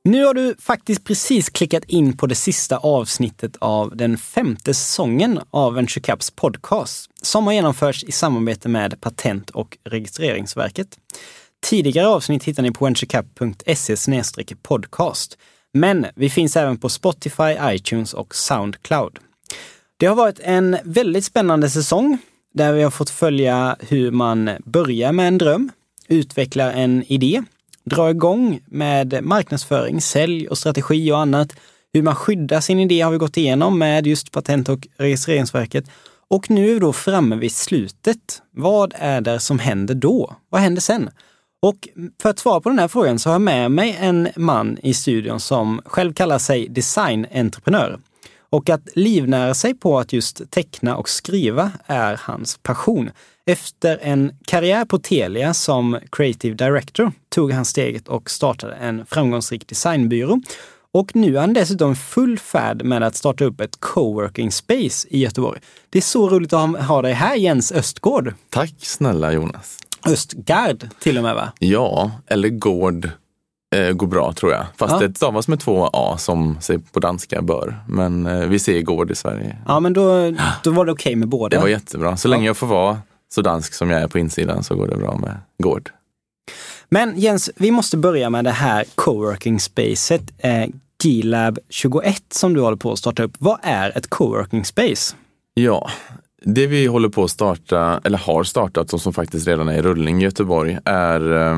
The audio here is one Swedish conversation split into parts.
Nu har du faktiskt precis klickat in på det sista avsnittet av den 5:e säsongen av VentureCaps podcast som har genomförts i samarbete med Patent- och registreringsverket. Tidigare avsnitt hittar ni på venturecap.se/podcast. Men vi finns även på Spotify, iTunes och Soundcloud. Det har varit en väldigt spännande säsong där vi har fått följa hur man börjar med en dröm, utvecklar en idé, drar igång med marknadsföring, sälj och strategi och annat. Hur man skyddar sin idé har vi gått igenom med just Patent- och registreringsverket. Och nu är vi då framme vid slutet. Vad är det som händer då? Vad händer sen? Och för att svara på den här frågan så har jag med mig en man i studion som själv kallar sig design-entreprenör. Och att livnära sig på att just teckna och skriva är hans passion. Efter en karriär på Telia som creative director tog han steget och startade en framgångsrik designbyrå. Och nu är han dessutom full färd med att starta upp ett coworking space i Göteborg. Det är så roligt att ha dig här, Jens Östgård. Tack snälla Jonas. Östgård till och med, va? Ja, eller gård går bra tror jag. Fast det stavas med 2 A som sig på danska bör. Men vi säger gård i Sverige. Ja, men då var det okej med båda. Det var jättebra. Så länge jag får vara så dansk som jag är på insidan så går det bra med gård. Men Jens, vi måste börja med det här coworking-spacet, G-Lab 21 som du håller på att starta upp. Vad är ett coworking space? Ja, det vi håller på att starta, eller har startat och som faktiskt redan är i rullning i Göteborg är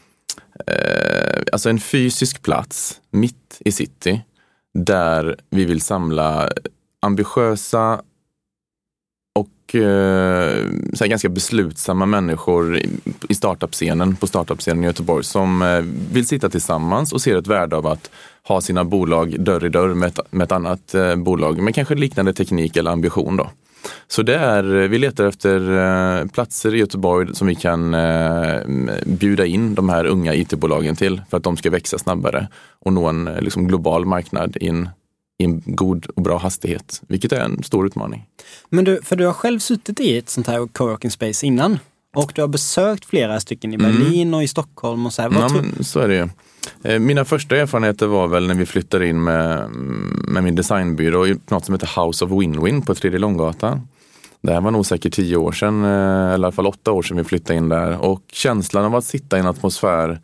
alltså en fysisk plats mitt i city där vi vill samla ambitiösa och så här ganska beslutsamma människor i startup-scenen, på startup-scenen i Göteborg som vill sitta tillsammans och ser ett värde av att ha sina bolag dörr i dörr med ett annat bolag med kanske liknande teknik eller ambition då. Så vi letar efter platser i Göteborg som vi kan bjuda in de här unga IT-bolagen till för att de ska växa snabbare och nå en liksom global marknad i en god och bra hastighet, vilket är en stor utmaning. Men du har själv suttit i ett sånt här coworking space innan och du har besökt flera stycken i Berlin och i Stockholm och så här. Men så är det ju. Mina första erfarenheter var väl när vi flyttade in med min designbyrå i något som heter House of Win-Win på 3D Långgatan. Det här var nog säkert 10 år sedan, eller i alla fall 8 år sedan vi flyttade in där. Och känslan av att sitta i en atmosfär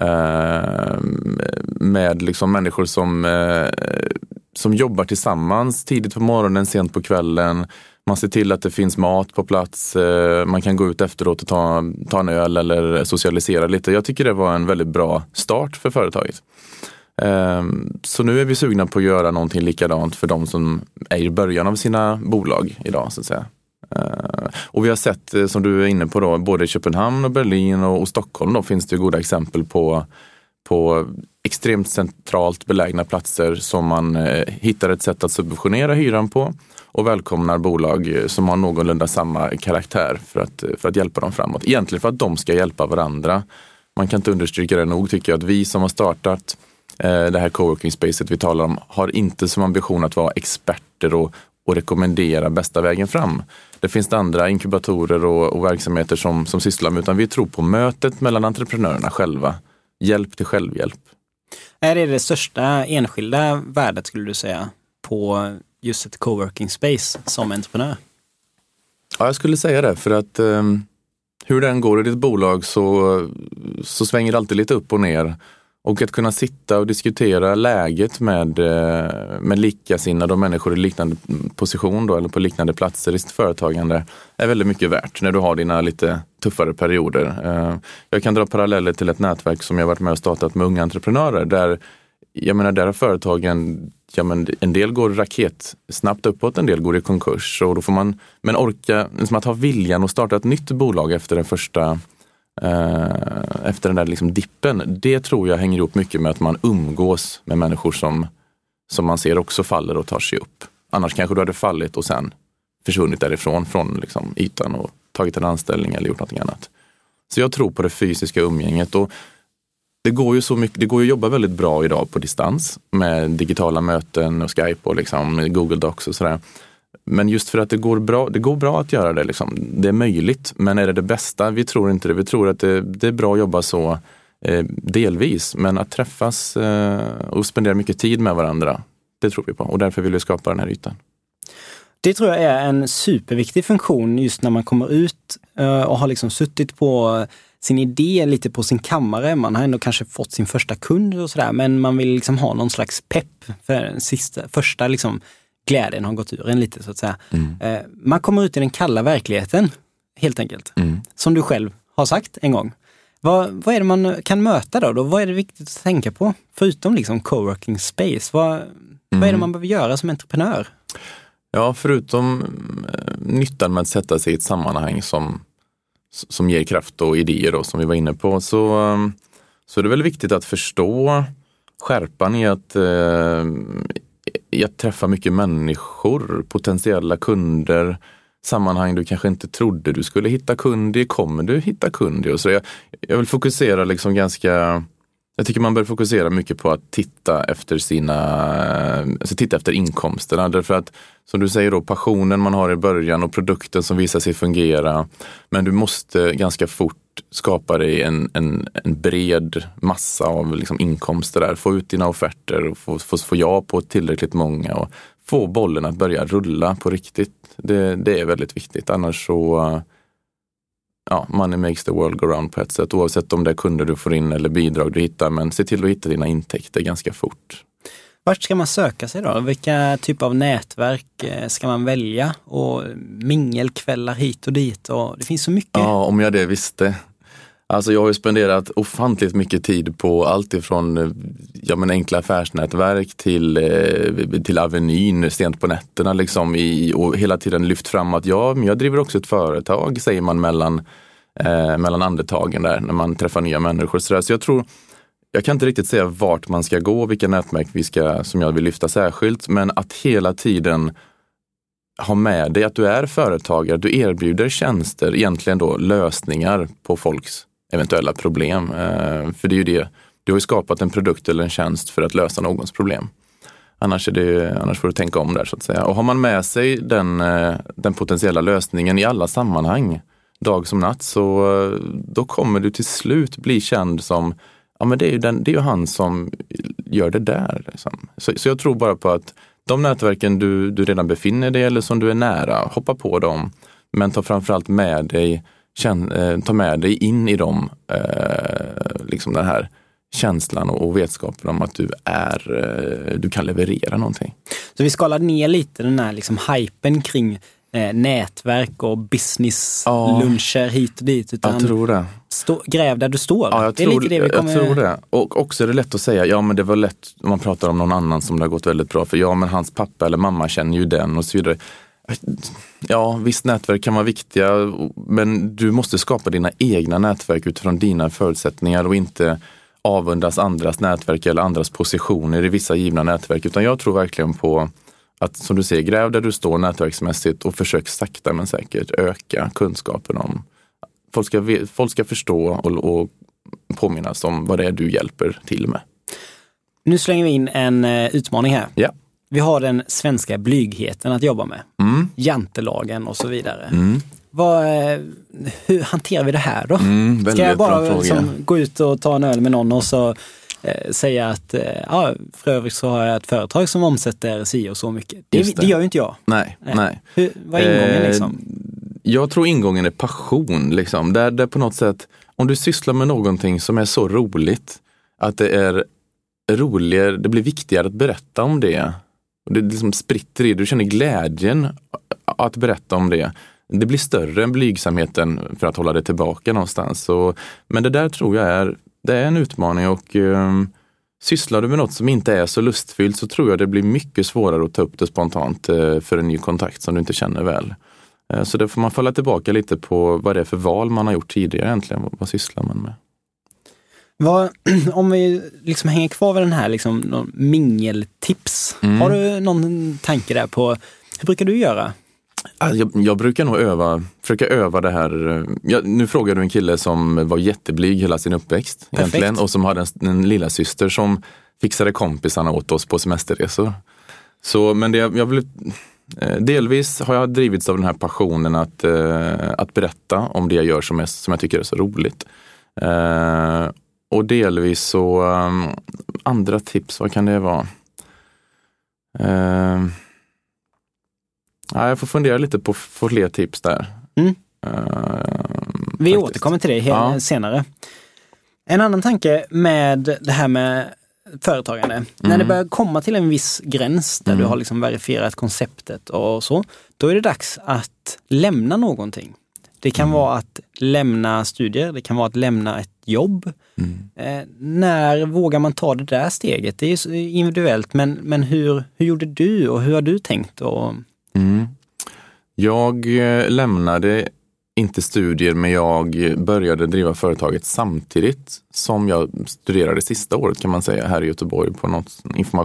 med liksom människor som jobbar tillsammans tidigt på morgonen, sent på kvällen. Man ser till att det finns mat på plats. Man kan gå ut efteråt och ta en öl eller socialisera lite. Jag tycker det var en väldigt bra start för företaget. Så nu är vi sugna på att göra någonting likadant för de som är i början av sina bolag idag så att säga. Och vi har sett, som du är inne på då, både i Köpenhamn och Berlin och Stockholm då finns det goda exempel på extremt centralt belägna platser som man hittar ett sätt att subventionera hyran på och välkomnar bolag som har någorlunda samma karaktär för att hjälpa dem framåt. Egentligen för att de ska hjälpa varandra. Man kan inte understryka det nog tycker jag att vi som har startat det här coworking-spacet vi talar om har inte som ambition att vara experter och rekommendera bästa vägen fram. Det finns andra inkubatorer och verksamheter som sysslar med, utan vi tror på mötet mellan entreprenörerna själva. Hjälp till självhjälp. Är det största enskilda värdet skulle du säga på just ett coworking space som entreprenör? Ja, jag skulle säga det för att hur den går i ditt bolag så svänger det alltid lite upp och ner. Och att kunna sitta och diskutera läget med likasinnade och människor i liknande position då, eller på liknande platser i sitt företagande är väldigt mycket värt när du har dina lite tuffare perioder. Jag kan dra paralleller till ett nätverk som jag varit med och startat med unga entreprenörer där har företagen, en del går raket snabbt uppåt, en del går i konkurs och då får man orka, som att ha viljan att starta ett nytt bolag efter den där liksom dippen, det tror jag hänger ihop mycket med att man umgås med människor som man ser också faller och tar sig upp. Annars kanske du hade fallit och sen försvunnit därifrån från liksom ytan och tagit en anställning eller gjort något annat. Så jag tror på det fysiska umgänget och det går ju att jobba väldigt bra idag på distans med digitala möten och Skype och liksom Google Docs och sådär. Men just för att det går bra att göra det liksom. Det är möjligt, men är det bästa? Vi tror inte det. Vi tror att det är bra att jobba så delvis. Men att träffas och spendera mycket tid med varandra, det tror vi på. Och därför vill vi skapa den här ytan. Det tror jag är en superviktig funktion just när man kommer ut och har liksom suttit på sin idé lite på sin kammare. Man har ändå kanske fått sin första kund och sådär, men man vill liksom ha någon slags pepp för den första liksom glädjen har gått ur en lite så att säga. Man kommer ut i den kalla verkligheten helt enkelt. Som du själv har sagt en gång. Vad är det man kan möta då? Vad är det viktigt att tänka på? Förutom liksom coworking space. Vad är det man behöver göra som entreprenör? Ja, förutom nyttan med att sätta sig i ett sammanhang som ger kraft och idéer då, som vi var inne på, så är det väl viktigt att förstå skärpan i att träffa mycket människor, potentiella kunder, sammanhang du kanske inte trodde du skulle hitta kund i, kommer du hitta kund i? Och så jag vill fokusera liksom jag tycker man bör fokusera mycket på att titta efter inkomsterna. Därför att, som du säger då, passionen man har i början och produkten som visar sig fungera. Men du måste ganska fort skapa dig en bred massa av liksom inkomster där. Få ut dina offerter och få ja på tillräckligt många och få bollen att börja rulla på riktigt. Det är väldigt viktigt. Annars så... money makes the world go round på ett sätt, oavsett om det är kunder du får in eller bidrag du hittar, men se till att hitta dina intäkter ganska fort. Vart ska man söka sig då? Vilka typ av nätverk ska man välja? Och mingelkvällar hit och dit, och det finns så mycket. Ja, om jag det visste. Alltså jag har ju spenderat ofantligt mycket tid på allt ifrån enkla affärsnätverk till Avenyn sent på nätterna liksom, och hela tiden lyft fram att jag driver också ett företag, säger man mellan andetagen där när man träffar nya människor. Så jag kan inte riktigt säga vart man ska gå, vilka nätverk som jag vill lyfta särskilt, men att hela tiden ha med dig att du är företagare, du erbjuder tjänster, egentligen då lösningar på folks eventuella problem. För det är ju det, du har ju skapat en produkt eller en tjänst för att lösa någons problem. Annars får du tänka om där så att säga. Och har man med sig den potentiella lösningen i alla sammanhang, dag som natt, så då kommer du till slut bli känd som, men det är ju han som gör det där. Liksom. Så jag tror bara på att de nätverken du redan befinner dig eller som du är nära, hoppa på dem. Men ta framförallt med dig in i dem liksom den här känslan och vetskapen om att du kan leverera någonting. Så vi skalade ner lite den här liksom hypen kring nätverk och business-luncher hit och dit. Utan jag tror det. Gräv där du står. Ja, jag tror det. Och också är det lätt att säga, men det var lätt om man pratar om någon annan som det har gått väldigt bra för. Men hans pappa eller mamma känner ju den och så vidare. Ja, visst, nätverk kan vara viktiga, men du måste skapa dina egna nätverk utifrån dina förutsättningar och inte avundas andras nätverk eller andras positioner i vissa givna nätverk. Utan jag tror verkligen på att, som du säger, gräv där du står nätverksmässigt och försök sakta men säkert öka kunskapen om. Folk ska förstå och påminnas om vad det är du hjälper till med. Nu slänger vi in en utmaning här. Ja. Vi har den svenska blygheten att jobba med. Jantelagen och så vidare. Hur hanterar vi det här då? Ska jag bara gå ut och ta en öl med någon och så säga att för övrigt så har jag ett företag som omsätter si och så mycket. Det gör ju inte jag. Nej. Vad är ingången liksom? Jag tror ingången är passion liksom. Där på något sätt, om du sysslar med någonting som är så roligt att det är roligare, det blir viktigare att berätta om det. Och det liksom spritter i, du känner glädjen att berätta om det. Det blir större än blygsamheten för att hålla det tillbaka någonstans. Men det där tror jag det är en utmaning, och sysslar du med något som inte är så lustfyllt så tror jag det blir mycket svårare att ta upp det spontant för en ny kontakt som du inte känner väl. Så det får man falla tillbaka lite på vad det är för val man har gjort tidigare egentligen. Vad sysslar man med? Om vi liksom hänger kvar vid den här liksom, någon mingeltips. Har du någon tanke där på, hur brukar du göra? Jag brukar nog försöka öva det här. Nu frågar du en kille som var jätteblyg hela sin uppväxt egentligen, och som hade en lilla syster som fixade kompisarna åt oss på semesterresor. Men delvis har jag drivits av den här passionen att berätta om det jag gör som jag tycker är så roligt. Och delvis så andra tips, vad kan det vara? Jag får fundera lite på fler tips där. Vi återkommer till det senare. En annan tanke med det här med företagande. När det börjar komma till en viss gräns där du har liksom verifierat konceptet och så, då är det dags att lämna någonting. Det kan vara att lämna studier, det kan vara att lämna ett jobb. När vågar man ta det där steget? Det är så individuellt, men hur gjorde du och hur har du tänkt? Jag lämnade inte studier, men jag började driva företaget samtidigt som jag studerade sista året kan man säga här i Göteborg på något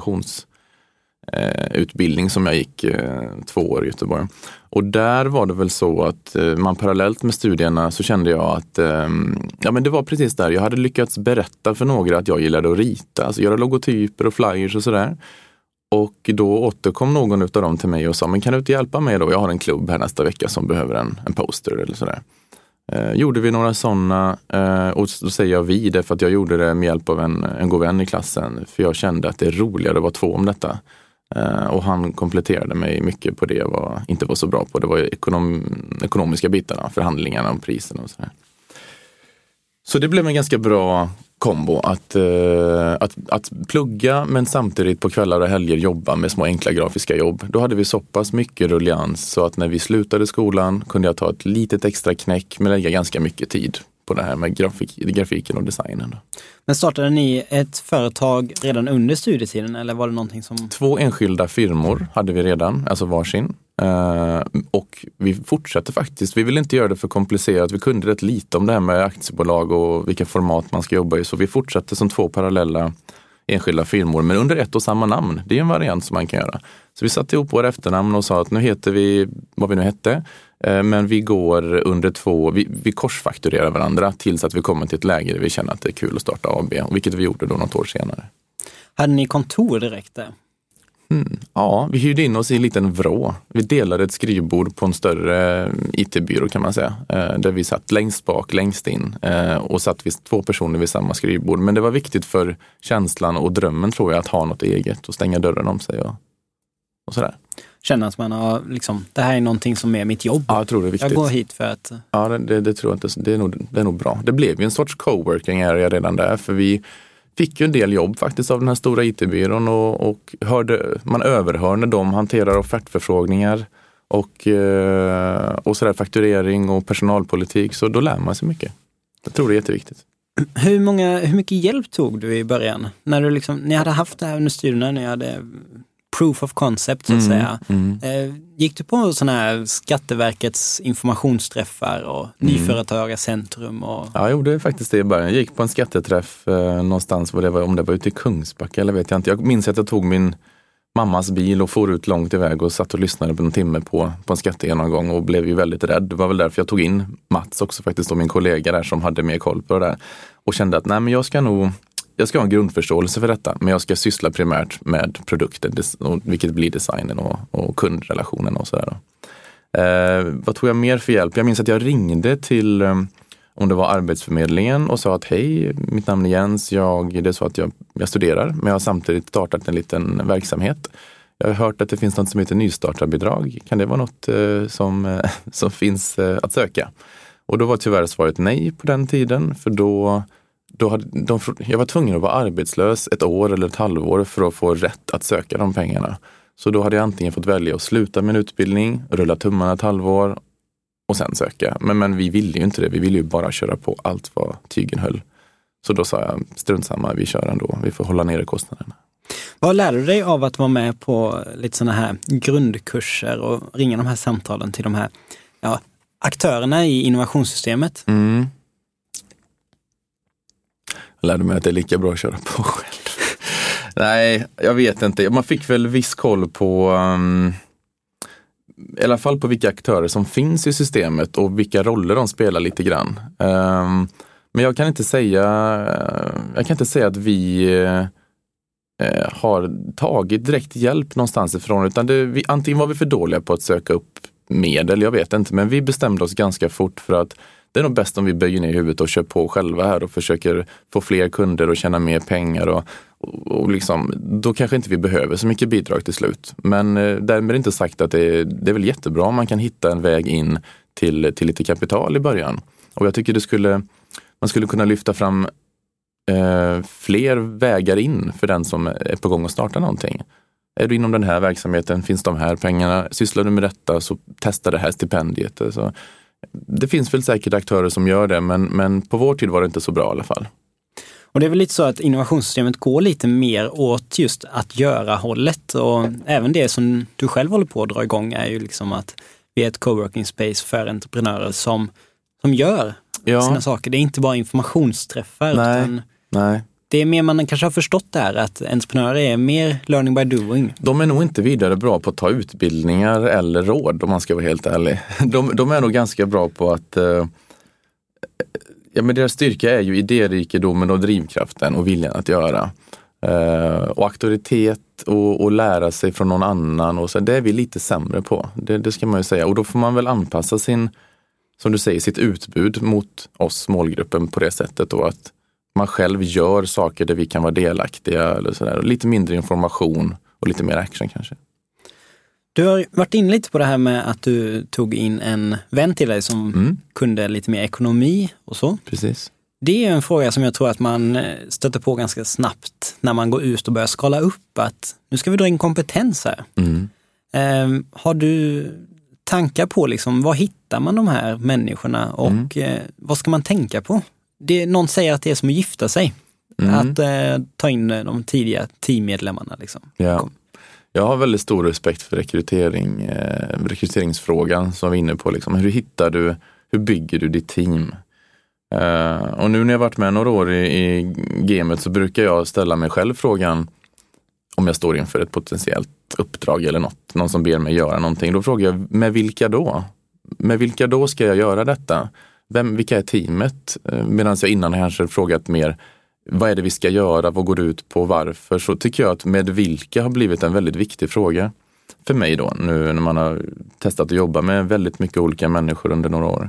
informationsutbildning som jag gick 2 år i Göteborg. Och där var det väl så att man parallellt med studierna så kände jag att men det var precis där. Jag hade lyckats berätta för några att jag gillade att rita, alltså göra logotyper och flyers och sådär. Och då återkom någon av dem till mig och sa, men kan du inte hjälpa mig då? Jag har en klubb här nästa vecka som behöver en poster eller sådär. Gjorde vi några sådana och då säger jag vi det för att jag gjorde det med hjälp av en god vän i klassen. För jag kände att det är roligare att vara 2 om detta. Och han kompletterade mig mycket på det jag inte var så bra på. Det var ekonomiska bitarna, förhandlingarna om priserna och sådär. Så det blev en ganska bra kombo att plugga men samtidigt på kvällar och helger jobba med små enkla grafiska jobb. Då hade vi så pass mycket rullians så att när vi slutade skolan kunde jag ta ett litet extra knäck men lägga ganska mycket tid på det här med grafiken och designen. Då. Men startade ni ett företag redan under studietiden eller var det någonting som... 2 enskilda firmor hade vi redan, alltså varsin. Och vi fortsatte faktiskt. Vi ville inte göra det för komplicerat. Vi kunde rätt lite om det här med aktiebolag och vilka format man ska jobba i. Så vi fortsatte som 2 parallella enskilda firmor men under ett och samma namn. Det är en variant som man kan göra. Så vi satte ihop våra efternamn och sa att nu heter vi vad vi nu hette. Men vi går under 2, vi korsfakturerar varandra tills att vi kommer till ett läge där vi känner att det är kul att starta AB. Vilket vi gjorde då något år senare. Hade ni kontor direkt där? Ja, vi hyrde in oss i en liten vrå. Vi delade ett skrivbord på en större IT-byrå kan man säga. Där vi satt längst bak, längst in. Och satt vi 2 personer vid samma skrivbord. Men det var viktigt för känslan och drömmen tror jag att ha något eget och stänga dörren om sig och sådär. Känna att man har liksom, det här är någonting som är mitt jobb. Ja, jag tror det är viktigt. Jag går hit för att... Ja, det tror jag inte. Det är nog bra. Det blev ju en sorts coworking area redan där. För vi fick ju en del jobb faktiskt av den här stora IT-byrån och man överhör när de hanterar offertförfrågningar och sådär fakturering och personalpolitik. Så då lär man sig mycket. Jag tror det är jätteviktigt. Hur mycket hjälp tog du i början? När du ni hade haft det här under studierna, ni hade proof of concept så att säga. Gick du på sådana här Skatteverkets informationsträffar och nyföretagarcentrum? Och... Ja, jag gjorde faktiskt det i början. Jag gick på en skatteträff någonstans, om det var ute i Kungsbacka eller vet jag inte. Jag minns att jag tog min mammas bil och for ut långt iväg och satt och lyssnade på en timme på en skattegenomgång och blev ju väldigt rädd. Det var väl därför jag tog in Mats också faktiskt och min kollega där som hade mer koll på det där. Och kände att nej, men jag ska ha en grundförståelse för detta, men jag ska syssla primärt med produkten, vilket blir designen och kundrelationen och sådär. Vad tog jag mer för hjälp? Jag minns att jag ringde till, om det var Arbetsförmedlingen och sa att hej, mitt namn är Jens, det är så att jag studerar, men jag har samtidigt startat en liten verksamhet. Jag har hört att det finns något som heter nystartarbidrag. Kan det vara något som finns att söka? Och då var tyvärr svaret nej på den tiden, för jag var tvungen att vara arbetslös 1 år eller 1 halvår för att få rätt att söka de pengarna. Så då hade jag antingen fått välja att sluta min utbildning, rulla tummarna 1 halvår och sen söka. Men vi ville ju inte det, vi ville ju bara köra på allt vad tygen höll. Så då sa jag, strunt samma, vi kör ändå, vi får hålla nere kostnaderna. Vad lärde du dig av att vara med på lite sådana här grundkurser och ringa de här samtalen till de här aktörerna i innovationssystemet? Jag lärde mig att det är lika bra att köra på själv. Nej, jag vet inte. Man fick väl viss koll på i alla fall på vilka aktörer som finns i systemet och vilka roller de spelar lite grann. Men jag kan inte säga att vi har tagit direkt hjälp någonstans ifrån, utan antingen var vi för dåliga på att söka upp medel, jag vet inte, men vi bestämde oss ganska fort för att det är nog bäst om vi böjer ner huvudet och kör på själva här och försöker få fler kunder och tjäna mer pengar och liksom, då kanske inte vi behöver så mycket bidrag till slut. Men därmed inte sagt att det är väl jättebra om man kan hitta en väg in till lite kapital i början. Och jag tycker man skulle kunna lyfta fram fler vägar in för den som är på gång att starta någonting. Är du inom den här verksamheten, finns de här pengarna, sysslar du med detta så testa det här stipendiet. Så det finns väl säkert aktörer som gör det, men på vår tid var det inte så bra i alla fall. Och det är väl lite så att innovationssystemet går lite mer åt just att göra hållet, och även det som du själv håller på att dra igång är ju liksom att vi är ett coworking space för entreprenörer som gör sina saker. Det är inte bara informationsträffar utan det är mer, man kanske har förstått det här att entreprenörer är mer learning by doing. De är nog inte vidare bra på att ta utbildningar eller råd om man ska vara helt ärlig. De är nog ganska bra på att men deras styrka är ju idérikedomen och drivkraften och viljan att göra. Och auktoritet och lära sig från någon annan och så, det är vi lite sämre på. Det ska man ju säga. Och då får man väl anpassa som du säger, sitt utbud mot oss, målgruppen, på det sättet då att man själv gör saker där vi kan vara delaktiga eller sådär. Lite mindre information och lite mer action kanske. Du har varit in lite på det här med att du tog in en vän till dig som kunde lite mer ekonomi och så. Precis. Det är en fråga som jag tror att man stöter på ganska snabbt när man går ut och börjar skala upp, att nu ska vi dra in kompetens här. Har du tankar på liksom, var hittar man de här människorna och vad ska man tänka på? Någon säger att det är som att gifta sig. Att ta in de tidiga teammedlemmarna. Liksom. Ja. Jag har väldigt stor respekt för rekryteringsfrågan som vi är inne på. Liksom. Hur bygger du ditt team? Och nu när jag varit med några år i gamet så brukar jag ställa mig själv frågan om jag står inför ett potentiellt uppdrag eller någon som ber mig göra någonting. Då frågar jag, med vilka då? Med vilka då ska jag göra detta? Vilka är teamet? Medan jag innan kanske frågat mer, vad är det vi ska göra? Vad går det ut på? Varför? Så tycker jag att med vilka har blivit en väldigt viktig fråga för mig då. Nu när man har testat att jobba med väldigt mycket olika människor under några år.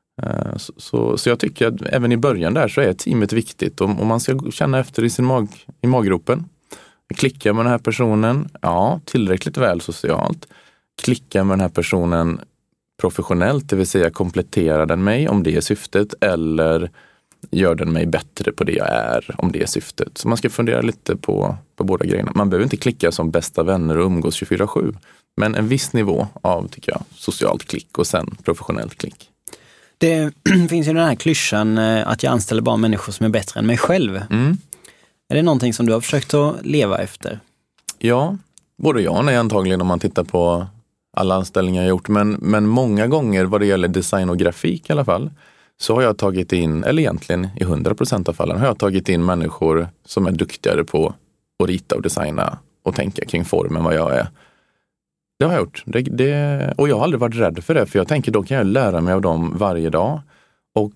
Så jag tycker att även i början där så är teamet viktigt. Om man ska känna efter i maggropen. Klicka med den här personen, tillräckligt väl socialt. Klicka med den här personen professionellt, det vill säga komplettera den mig om det är syftet, eller gör den mig bättre på det jag är om det är syftet. Så man ska fundera lite på båda grejerna. Man behöver inte klicka som bästa vänner och umgås 24/7, men en viss nivå av, tycker jag, socialt klick och sen professionellt klick. Det finns ju den här klyschan att jag anställer bara människor som är bättre än mig själv. Är det någonting som du har försökt att leva efter? Ja, både jag och nej antagligen om man tittar på alla anställningar jag gjort. Men många gånger vad det gäller design och grafik i alla fall, så har jag tagit in, eller egentligen i 100% av fallen, har jag tagit in människor som är duktigare på att rita och designa och tänka kring form än vad jag är. Det har jag gjort. Och jag har aldrig varit rädd för det, för jag tänker då kan jag lära mig av dem varje dag. Och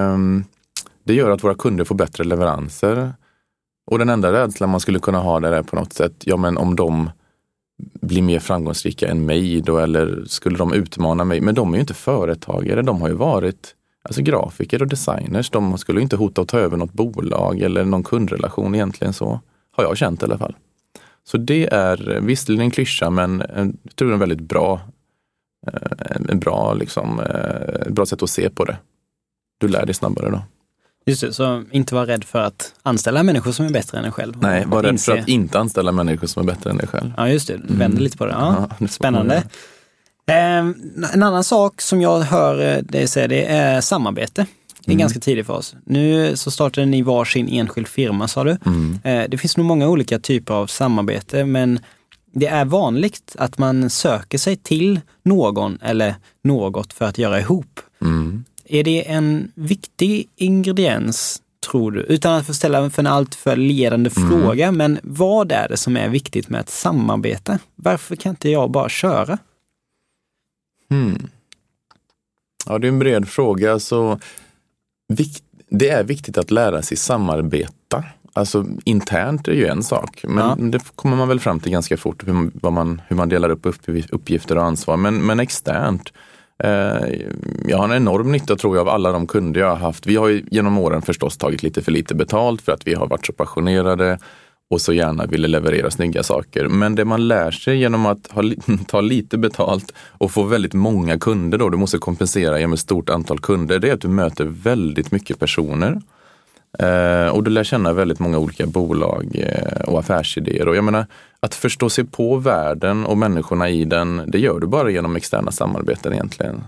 det gör att våra kunder får bättre leveranser. Och den enda rädslan man skulle kunna ha där är på något sätt, men om de blir mer framgångsrika än mig då, eller skulle de utmana mig? Men de är ju inte företagare, de har ju varit grafiker och designers. De skulle ju inte hota att ta över något bolag eller någon kundrelation egentligen, så har jag känt i alla fall. Så det är visserligen en klyscha, men jag tror det är en väldigt bra bra sätt att se på det. Du lär dig snabbare då. Just det, så inte vara rädd för att anställa människor som är bättre än en själv. Nej, var rädd för att inte anställa människor som är bättre än dig själv. Ja, just det. Vänder lite på det. Ja, spännande. En annan sak som jag hör dig säga, det är samarbete. Det är ganska tidigt för oss. Nu så startade ni varsin enskild firma, sa du. Det finns nog många olika typer av samarbete, men det är vanligt att man söker sig till någon eller något för att göra ihop. Är det en viktig ingrediens, tror du? Utan att få ställa för en allt för ledande fråga, men vad är det som är viktigt med ett samarbete? Varför kan inte jag bara köra? Ja, det är en bred fråga. Så det är viktigt att lära sig samarbeta. Alltså internt är ju en sak, men det kommer man väl fram till ganska fort hur man delar upp uppgifter och ansvar. Men externt, Jag har en enorm nytta tror jag av alla de kunder jag har haft. Vi har ju genom åren förstås tagit lite för lite betalt för att vi har varit så passionerade och så gärna ville leverera snygga saker. Men det man lär sig genom att ta lite betalt och få väldigt många kunder då, du måste kompensera genom ett stort antal kunder, det är att du möter väldigt mycket personer. Och du lär känna väldigt många olika bolag och affärsidéer. Och jag menar, att förstå sig på världen och människorna i den, det gör du bara genom externa samarbeten egentligen.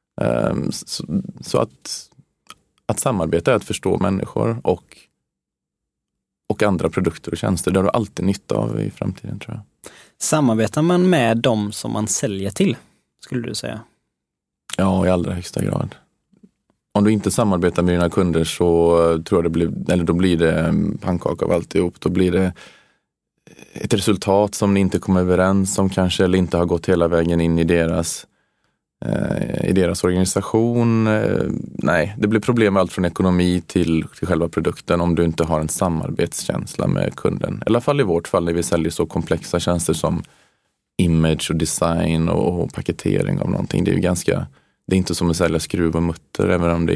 Så att samarbeta är att förstå människor och andra produkter och tjänster. Det har du alltid nytta av i framtiden, tror jag. Samarbetar man med dem som man säljer till, skulle du säga? Ja, i allra högsta grad. Om du inte samarbetar med dina kunder så tror jag då blir det pannkaka av alltihop. Då blir det ett resultat som ni inte kommer överens om kanske, eller inte har gått hela vägen in i deras organisation. Nej, det blir problem med allt från ekonomi till själva produkten om du inte har en samarbetskänsla med kunden. I alla fall i vårt fall när vi säljer så komplexa tjänster som image och design och paketering av någonting. Det är inte som att sälja skruv och mutter, även om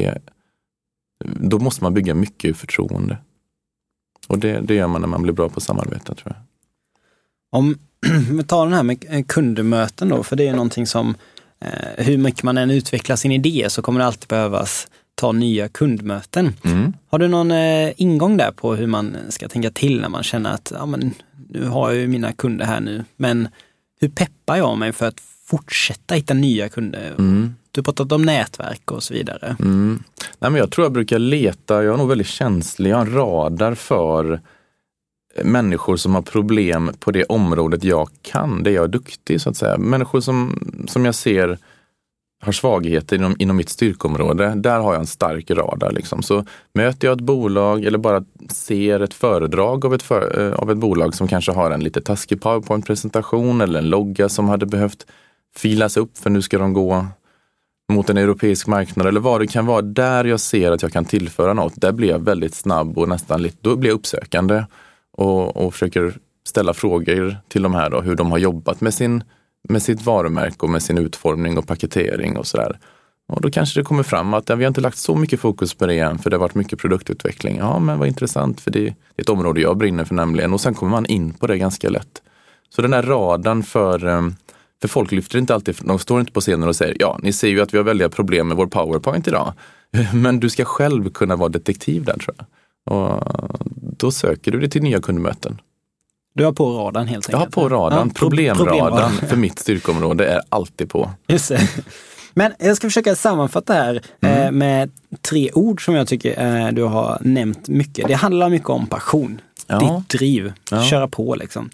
då måste man bygga mycket förtroende. Och det gör man när man blir bra på samarbete, tror jag. Om vi tar den här med kundmöten då, för det är någonting som hur mycket man än utvecklar sin idé så kommer det alltid behövas ta nya kundmöten. Har du någon ingång där på hur man ska tänka till när man känner att nu har jag ju mina kunder här nu, men hur peppar jag mig för att fortsätta hitta nya kunder? Du har pratat om nätverk och så vidare. Nej, men jag tror jag brukar leta, jag är nog väldigt känslig, jag har en radar för människor som har problem på det området jag kan, det jag är duktig så att säga. Människor som jag ser har svagheter inom mitt styrkområde, där har jag en stark radar liksom. Så möter jag ett bolag eller bara ser ett föredrag av ett bolag som kanske har en lite taskig PowerPoint-presentation eller en logga som hade behövt filas upp för nu ska de gå mot en europeisk marknad eller vad det kan vara, där jag ser att jag kan tillföra något, där blir jag väldigt snabb och då blir jag uppsökande och försöker ställa frågor till de här då, hur de har jobbat med sitt varumärke och med sin utformning och paketering och sådär. Och då kanske det kommer fram att vi har inte lagt så mycket fokus på det än, för det har varit mycket produktutveckling. Ja, men vad intressant, för det är ett område jag brinner för nämligen. Och sen kommer man in på det ganska lätt. Så den här radan för folk lyfter inte alltid, de står inte på scenen och säger ja, ni ser ju att vi har väldiga problem med vår PowerPoint idag. Men du ska själv kunna vara detektiv där, tror jag. Och då söker du dig till nya kundmöten. Du har på radarn helt enkelt? Jag har på radarn, ja, problemradarn för mitt styrkområde är alltid på. Just det. Men jag ska försöka sammanfatta här med 3 ord som jag tycker du har nämnt mycket. Det handlar mycket om passion, ditt driv, köra på liksom.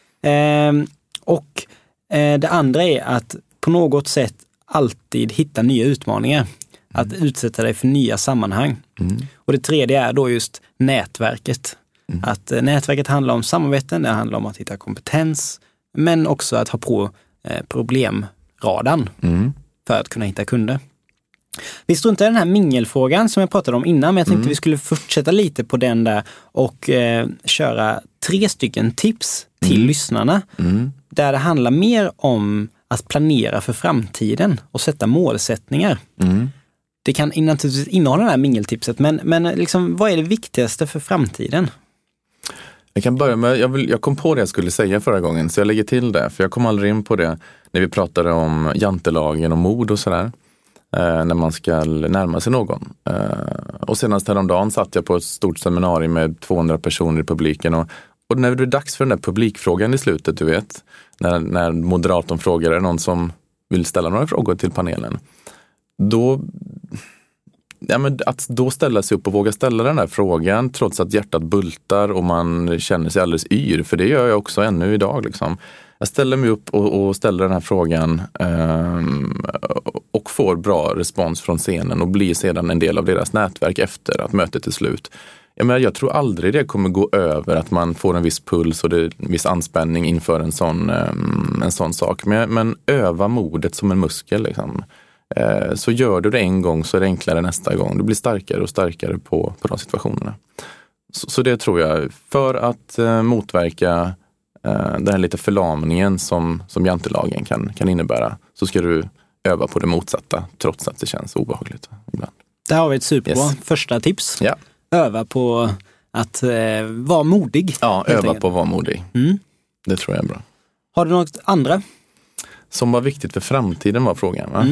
Och det andra är att på något sätt alltid hitta nya utmaningar. Att utsätta dig för nya sammanhang. Och det tredje är då just nätverket. Att nätverket handlar om samarbeten, det handlar om att hitta kompetens, men också att ha på problemradarn för att kunna hitta kunder. Vi struntar i den här mingelfrågan som jag pratade om innan, men jag tänkte vi skulle fortsätta lite på den där och köra 3 stycken tips till lyssnarna där det handlar mer om att planera för framtiden och sätta målsättningar. Det kan naturligtvis innehålla det här mingeltipset, men liksom, vad är det viktigaste för framtiden? Jag kan börja med, jag kom på det jag skulle säga förra gången, så jag lägger till det, för jag kom aldrig in på det när vi pratade om jantelagen och mod och sådär, när man ska närma sig någon. Och senast häromdagen satt jag på ett stort seminarium med 200 personer i publiken och när det är dags för den där publikfrågan i slutet, du vet, när moderatorn frågar, är det någon som vill ställa några frågor till panelen? Att då ställa sig upp och våga ställa den här frågan trots att hjärtat bultar och man känner sig alldeles yr, för det gör jag också ännu idag liksom. Jag ställer mig upp och ställer den här frågan och får bra respons från scenen och blir sedan en del av deras nätverk efter att mötet är slut. Jag tror aldrig det kommer gå över att man får en viss puls och en viss anspänning inför en sån sak. Men öva modet som en muskel liksom. Så gör du det en gång så är det enklare nästa gång. Du blir starkare och starkare på de situationerna. Så det tror jag, för att motverka den här lite förlamningen som jantelagen kan innebära, så ska du öva på det motsatta trots att det känns obehagligt ibland. Där har vi ett superbra första tips. Ja. Öva på att vara modig. Ja, öva på att vara modig. Det tror jag är bra. Har du något andra? Som var viktigt för framtiden var frågan, va?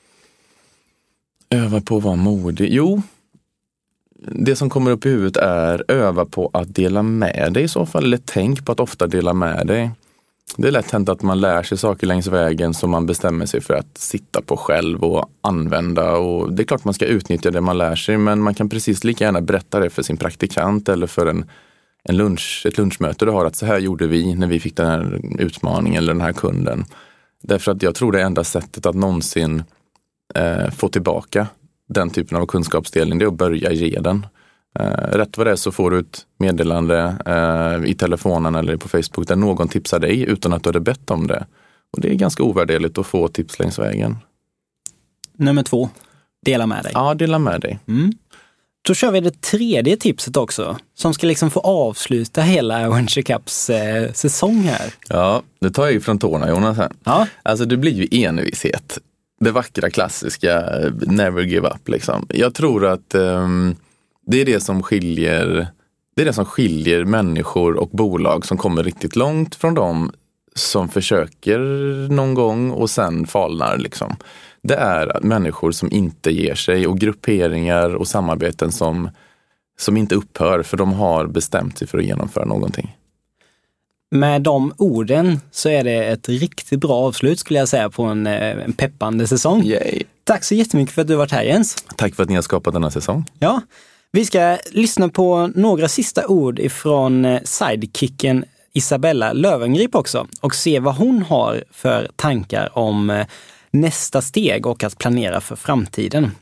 Öva på att vara modig. Jo, det som kommer upp i huvudet är öva på att dela med dig i så fall. Eller tänk på att ofta dela med dig. Det är lätt hänt att man lär sig saker längs vägen som man bestämmer sig för att sitta på själv och använda. Och det är klart man ska utnyttja det man lär sig, men man kan precis lika gärna berätta det för sin praktikant eller för ett lunchmöte du har, att så här gjorde vi när vi fick den här utmaningen eller den här kunden. Därför att jag tror det enda sättet att någonsin få tillbaka den typen av kunskapsdelning, det är att börja ge den. Rätt vad det är så får du ett meddelande i telefonen eller på Facebook där någon tipsar dig utan att du hade bett om det. Och det är ganska ovärderligt att få tips längs vägen. Nummer 2. Dela med dig. Ja, dela med dig. Då kör vi det tredje tipset också, som ska liksom få avsluta hela Venture Cups säsong här. Ja, det tar jag ju från tårna, Jonas. Här. Ja. Alltså det blir ju envishet. Det vackra klassiska never give up liksom. Jag tror att det är det som skiljer människor och bolag som kommer riktigt långt från dem som försöker någon gång och sen falnar liksom. Det är människor som inte ger sig och grupperingar och samarbeten som inte upphör för de har bestämt sig för att genomföra någonting. Med de orden så är det ett riktigt bra avslut skulle jag säga på en peppande säsong. Yay. Tack så jättemycket för att du har varit här, Jens. Tack för att ni har skapat denna säsong. Ja, vi ska lyssna på några sista ord ifrån sidekicken Isabella Löwengrip också och se vad hon har för tankar om nästa steg och att planera för framtiden.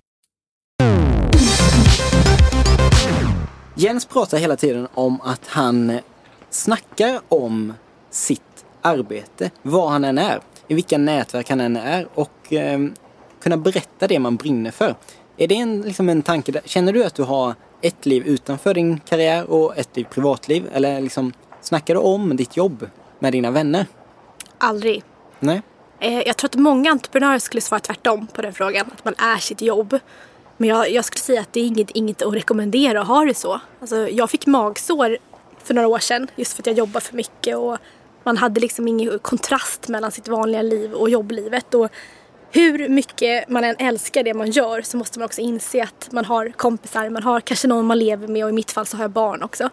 Jens pratar hela tiden om att han snackar om sitt arbete, var han än är, i vilka nätverk han än är och kunna berätta det man brinner för. Är det en tanke där? Känner du att du har ett liv utanför din karriär och ett liv privatliv? Eller snackar du om ditt jobb med dina vänner? Aldrig. Nej. Jag tror att många entreprenörer skulle svara tvärtom på den frågan, att man är sitt jobb. Men jag skulle säga att det är inget att rekommendera att ha det så. Alltså, jag fick magsår för några år sedan just för att jag jobbar för mycket och man hade ingen kontrast mellan sitt vanliga liv och jobblivet. Och hur mycket man än älskar det man gör så måste man också inse att man har kompisar, man har kanske någon man lever med och i mitt fall så har jag barn också.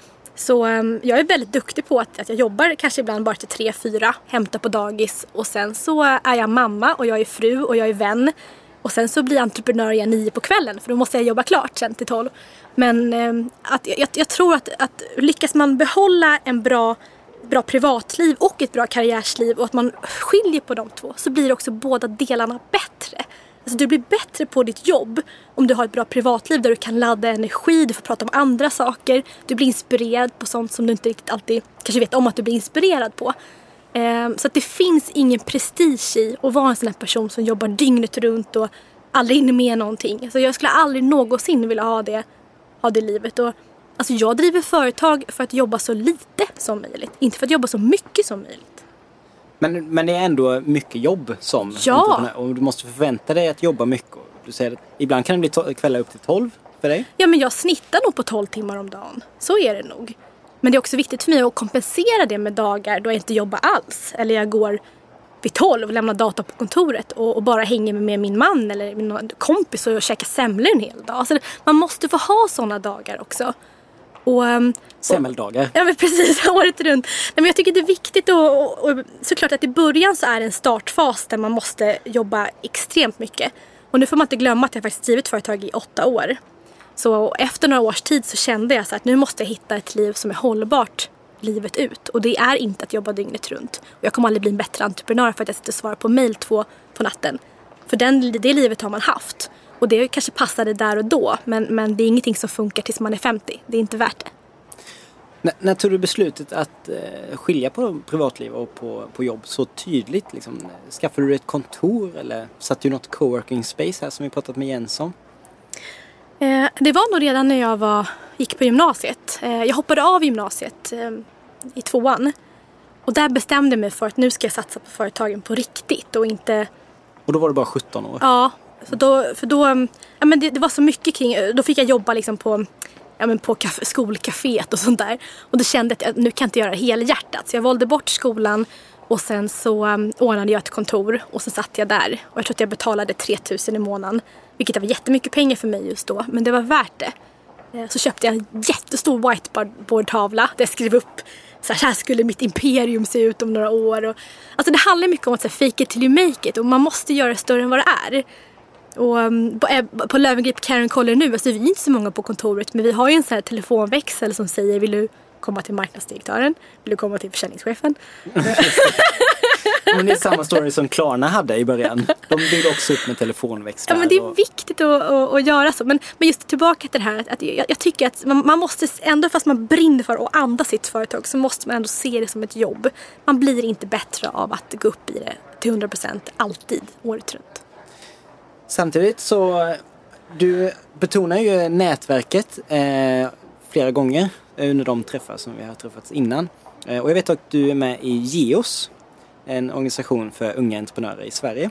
Så jag är väldigt duktig på att jag jobbar kanske ibland bara till 3-4, hämtar på dagis och sen så är jag mamma och jag är fru och jag är vän. Och sen så blir jag entreprenör igen 9 på kvällen för då måste jag jobba klart sen till 12. Men jag tror att lyckas man behålla en bra privatliv och ett bra karriärsliv och att man skiljer på de två så blir också båda delarna bättre. Alltså du blir bättre på ditt jobb om du har ett bra privatliv där du kan ladda energi, du får prata om andra saker, du blir inspirerad på sånt som du inte riktigt alltid kanske vet om att du blir inspirerad på. Så att det finns ingen prestige i att vara en sån här person som jobbar dygnet runt och aldrig hinner med någonting. Alltså jag skulle aldrig någonsin vilja ha det livet. Och, alltså jag driver företag för att jobba så lite som möjligt, inte för att jobba så mycket som möjligt. Men det är ändå mycket jobb som entreprenör och du måste förvänta dig att jobba mycket. Du säger att ibland kan det bli kvällar upp till 12 för dig. Ja, men jag snittar nog på 12 timmar om dagen. Så är det nog. Men det är också viktigt för mig att kompensera det med dagar då jag inte jobbar alls. Eller jag går vid 12 och lämnar data på kontoret och bara hänger med min man eller min kompis och käkar semlor en hel dag. Alltså, man måste få ha sådana dagar också. Semmeldagar. Ja, men precis, året runt. Nej, men jag tycker det är viktigt och såklart att i början så är det en startfas där man måste jobba extremt mycket. Och nu får man inte glömma att jag faktiskt drivit företag i 8 år. Så efter några års tid så kände jag så att nu måste jag hitta ett liv som är hållbart livet ut. Och det är inte att jobba dygnet runt. Och jag kommer aldrig bli en bättre entreprenör för att jag sitter och svarar på mejl 2 på natten. För det livet har man haft. Och det kanske passade där och då. Men det är ingenting som funkar tills man är 50. Det är inte värt det. När tog du beslutet att skilja på privatliv och på jobb så tydligt? Skaffade du ett kontor eller satt du något coworking space här som vi pratat med Jens om? Det var nog redan när jag gick på gymnasiet. Jag hoppade av gymnasiet i 2:an. Och där bestämde jag mig för att nu ska jag satsa på företagen på riktigt och inte Och då var du bara 17 år? Ja, för då ja, men det var så mycket kring, då fick jag jobba liksom på skolcaféet och sånt där. Och då kände jag att nu kan jag inte göra helhjärtat. Så jag valde bort skolan och sen så ordnade jag ett kontor och så satt jag där. Och jag tror att jag betalade 3 000 i månaden, vilket var jättemycket pengar för mig just då. Men det var värt det. Så köpte jag en jättestor whiteboardtavla där jag skrev upp så här skulle mitt imperium se ut om några år. Och, alltså det handlar mycket om att fake it till you make it. Och man måste göra det större än vad det är. Och på Löwengrip Karen Collar nu, alltså vi är inte så många på kontoret, men vi har ju en sån här telefonväxel som säger, vill du komma till marknadsdirektören? Vill du komma till försäljningschefen? Men det är samma story som Klarna hade i början. De byggde också upp med telefonväxlar. Ja, men det är viktigt att göra så. Men just tillbaka till det här, att jag tycker att man måste ändå, fast man brinner för att andas sitt företag, så måste man ändå se det som ett jobb. Man blir inte bättre av att gå upp i det till 100% alltid, året runt. Samtidigt så, du betonar ju nätverket flera gånger under de träffar som vi har träffats innan. Och jag vet att du är med i GEOS, en organisation för unga entreprenörer i Sverige.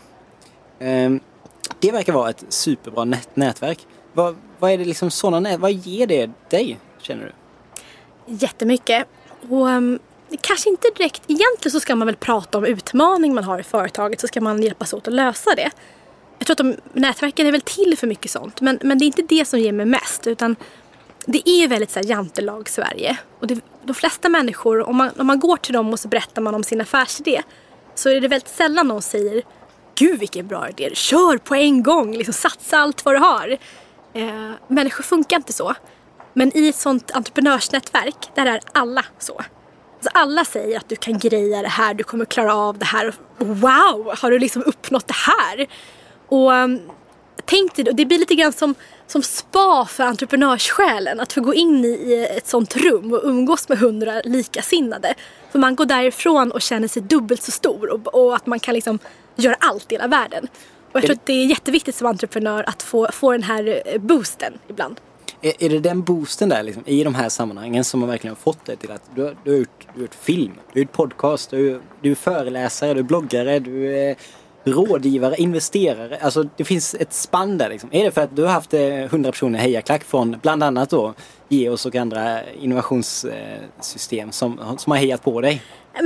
Det verkar vara ett superbra nätverk. Vad är det liksom sådana vad ger det dig, känner du? Jättemycket. Och kanske inte direkt, egentligen så ska man väl prata om utmaning man har i företaget, så ska man hjälpas åt att lösa det. Jag tror att nätverken är väl till för mycket sånt, men det är inte det som ger mig mest, utan det är väldigt så här jantelag Sverige. Och de flesta människor, om man går till dem och så berättar man om sin affärsidé, så är det väldigt sällan någon säger, gud vilken bra idé, kör på en gång, liksom, satsa allt vad du har. Människor funkar inte så. Men i ett sånt entreprenörsnätverk, där är alla så. Alltså alla säger att du kan greja det här, du kommer klara av det här. Wow, har du liksom uppnått det här? Och tänk dig, det blir lite grann som spa för entreprenörssjälen, att få gå in i ett sånt rum och umgås med 100 likasinnade. För man går därifrån och känner sig dubbelt så stor och att man kan liksom göra allt i hela världen. Och jag tror att det är jätteviktigt som entreprenör att få den här boosten ibland. Är det den boosten där liksom, i de här sammanhangen som har verkligen fått dig till att du har gjort film, du har gjort podcast, du är föreläsare, du är bloggare, du är rådgivare, investerare. Alltså det finns ett spann där liksom. Är det för att du har haft 100 personer hejaklack från bland annat då GEOS och andra innovationssystem som har hejat på dig?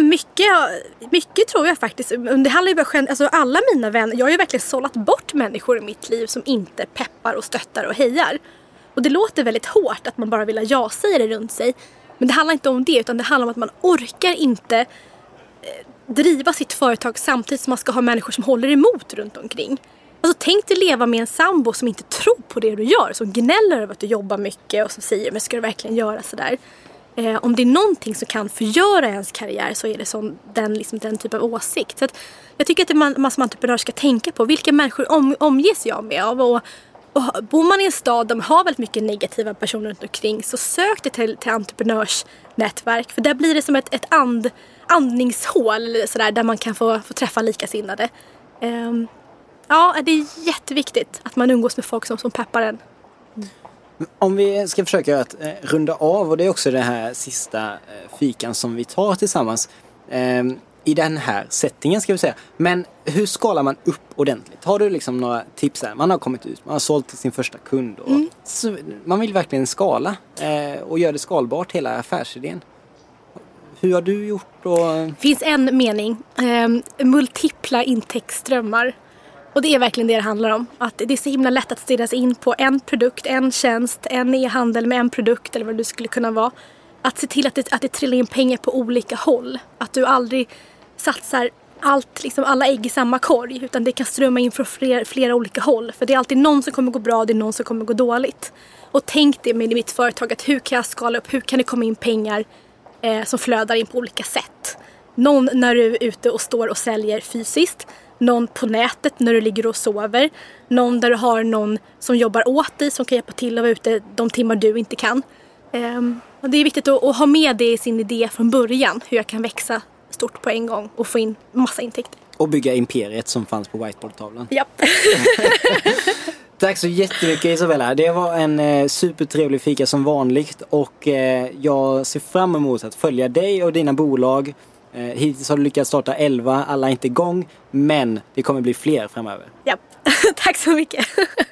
Mycket tror jag faktiskt. Det handlar ju bara alltså alla mina vänner, jag har ju verkligen sållat bort människor i mitt liv som inte peppar och stöttar och hejar. Och det låter väldigt hårt att man bara vill ha ja-sägare runt sig. Men det handlar inte om det, utan det handlar om att man orkar inte driva sitt företag samtidigt som man ska ha människor som håller emot runt omkring. Alltså tänk dig leva med en sambo som inte tror på det du gör, som gnäller över att du jobbar mycket och som säger, men ska du verkligen göra sådär? Om det är någonting som kan förgöra ens karriär, så är det den typ av åsikt. Så att jag tycker att man som entreprenör ska tänka på vilka människor omges jag med av. Och bor man i en stad där man har väldigt mycket negativa personer runt omkring, så sök dig till entreprenörsnätverk. För där blir det som ett andningshål sådär, där man kan få träffa likasinnade. Ja, det är jätteviktigt att man umgås med folk som peppar en. Om vi ska försöka att runda av, och det är också den här sista fikan som vi tar tillsammans i den här settingen, ska vi säga. Men hur skalar man upp ordentligt? Har du liksom några tips här? Man har kommit ut, man har sålt till sin första kund och så man vill verkligen skala och göra det skalbart, hela affärsidén. Hur har du gjort? Det finns en mening, multipla intäktsströmmar. Och det är verkligen det handlar om. Att det är så himla lätt att stirra sig in på en produkt, en tjänst, en e-handel med en produkt eller vad det skulle kunna vara. Att se till att det trillar in pengar på olika håll. Att du aldrig satsar alla ägg i samma korg, utan det kan strömma in från flera olika håll. För det är alltid någon som kommer gå bra, det är någon som kommer gå dåligt. Och tänk det med mitt företag, att hur kan jag skala upp, hur kan det komma in pengar som flödar in på olika sätt. Någon när du är ute och står och säljer fysiskt, någon på nätet när du ligger och sover, någon där du har någon som jobbar åt dig som kan hjälpa till att vara ute de timmar du inte kan. Och det är viktigt att ha med det i sin idé från början, hur jag kan växa stort på en gång och få in massa intäkter. Och bygga imperiet som fanns på whiteboardtavlan. Ja. Tack så jättemycket, Isabella. Det var en supertrevlig fika som vanligt, och jag ser fram emot att följa dig och dina bolag Hittills har du lyckats starta 11, alla är inte igång, men det kommer bli fler framöver. Ja, tack så mycket.